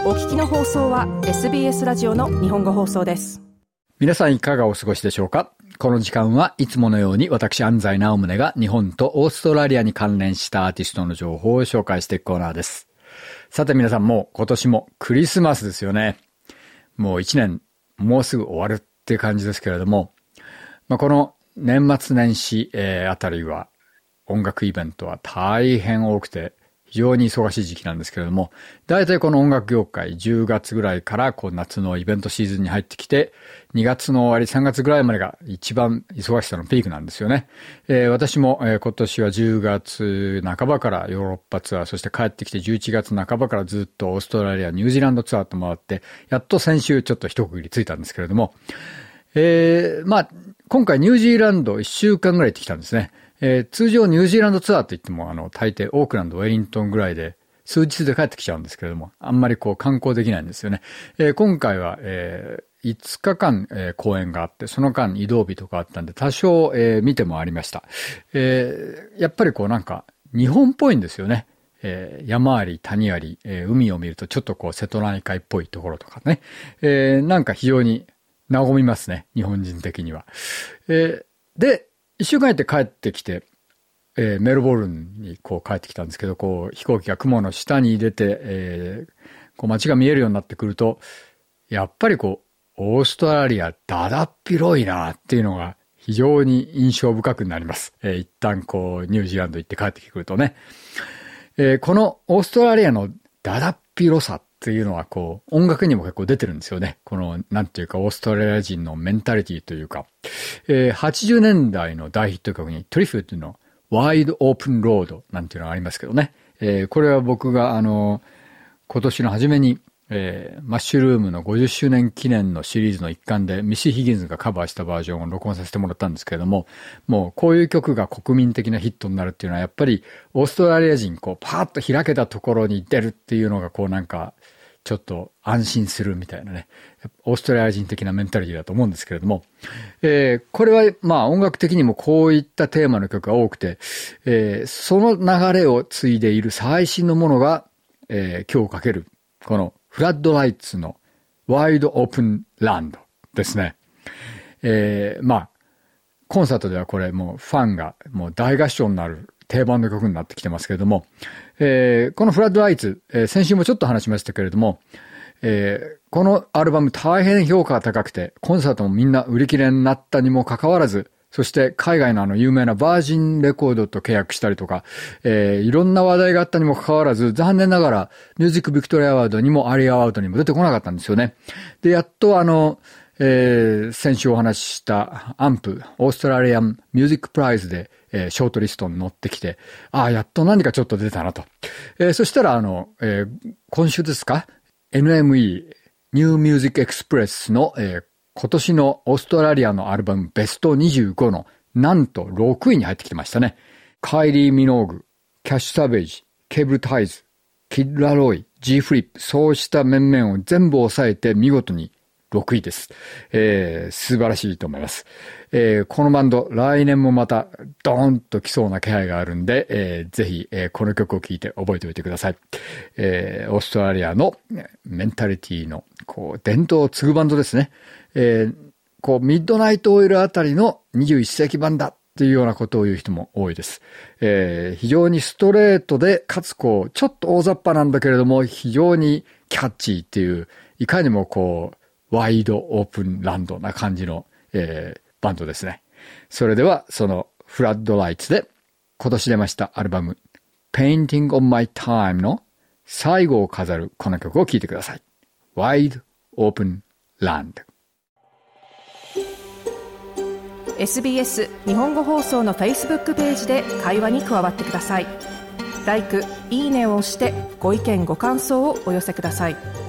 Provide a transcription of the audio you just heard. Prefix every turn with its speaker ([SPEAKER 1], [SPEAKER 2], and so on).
[SPEAKER 1] お聞きの放送は SBS ラジオの日本語放送です。
[SPEAKER 2] 皆さんいかがお過ごしでしょうか。この時間はいつものように私安西直宗が日本とオーストラリアに関連したアーティストの情報を紹介していくコーナーです。さて皆さん、もう今年もクリスマスですよね。もう一年もうすぐ終わるっていう感じですけれども、この年末年始、あたりは音楽イベントは大変多くて非常に忙しい時期なんですけれども、だいたいこの音楽業界10月ぐらいから夏のイベントシーズンに入ってきて、2月の終わり3月ぐらいまでが一番忙しさのピークなんですよね。私も、今年は10月半ばからヨーロッパツアー、そして帰ってきて11月半ばからずっとオーストラリア、ニュージーランドツアーと回って、やっと先週ちょっと一区切りついたんですけれども、今回ニュージーランド1週間ぐらい行ってきたんですね。通常ニュージーランドツアーといっても大抵オークランド、ウェリントンぐらいで数日で帰ってきちゃうんですけれども、あんまり観光できないんですよね。今回は、5日間、公演があって、その間移動日とかあったんで多少、見てもありました。やっぱり日本っぽいんですよね。山あり谷あり、海を見るとちょっと瀬戸内海っぽいところとかね。非常に和みますね、日本人的には。で、一週間やって帰ってきて、メルボルンに帰ってきたんですけど、飛行機が雲の下に出て、街が見えるようになってくると、やっぱりオーストラリアだだっ広いなっていうのが非常に印象深くなります。一旦ニュージーランド行って帰ってくるとね。このオーストラリアのだだっ広さっていうのは音楽にも結構出てるんですよね。なんていうかオーストラリア人のメンタリティというか、80年代の大ヒット曲にトリフィットのワイドオープンロードなんていうのがありますけどね。これは僕が今年の初めに、マッシュルームの50周年記念のシリーズの一環でミッシー・ヒギンズがカバーしたバージョンを録音させてもらったんですけれども、もうこういう曲が国民的なヒットになるっていうのはやっぱりオーストラリア人パーッと開けたところに出るっていうのがちょっと安心するみたいなね、オーストラリア人的なメンタリティだと思うんですけれども、これは音楽的にもこういったテーマの曲が多くて、その流れを継いでいる最新のものが、今日かけるこのフラッドライツのワイドオープンランドですね。コンサートではこれもうファンがもう大合唱になる定番の曲になってきてますけれども、このフラッドライツ、先週もちょっと話しましたけれども、このアルバム大変評価が高くて、コンサートもみんな売り切れになったにもかかわらず、そして海外の有名なバージンレコードと契約したりとか、いろんな話題があったにもかかわらず、残念ながらミュージックビクトリアアワードにもアリアアワードにも出てこなかったんですよね。で、やっと先週お話ししたアンプ、オーストラリアンミュージックプライズで、ショートリストに載ってきて、やっと何かちょっと出たなと。そしたら今週ですか、NME、ニューミュージックエクスプレスの、今年のオーストラリアのアルバムベスト25のなんと6位に入ってきてましたね。カイリー・ミノーグ、キャッシュ・サベージ、ケーブル・タイズ、キッド・ラロイ、G・フリップ、そうした面々を全部抑えて見事に6位です。素晴らしいと思います。このバンド、来年もまたドーンと来そうな気配があるんで、ぜひ、この曲を聴いて覚えておいてください。オーストラリアのメンタリティの伝統を継ぐバンドですね。ミッドナイトオイルあたりの21世紀版だっていうようなことを言う人も多いです。非常にストレートで、かつちょっと大雑把なんだけれども、非常にキャッチーっていう、いかにもワイドオープンランドな感じの、バンドですね。それではそのフラッドライツで今年出ましたアルバム Painting on My Time の最後を飾るこの曲を聴いてください。Wide Open Land。
[SPEAKER 1] SBS 日本語放送の Facebook ページで会話に加わってください。LIKE、いいねを押してご意見ご感想をお寄せください。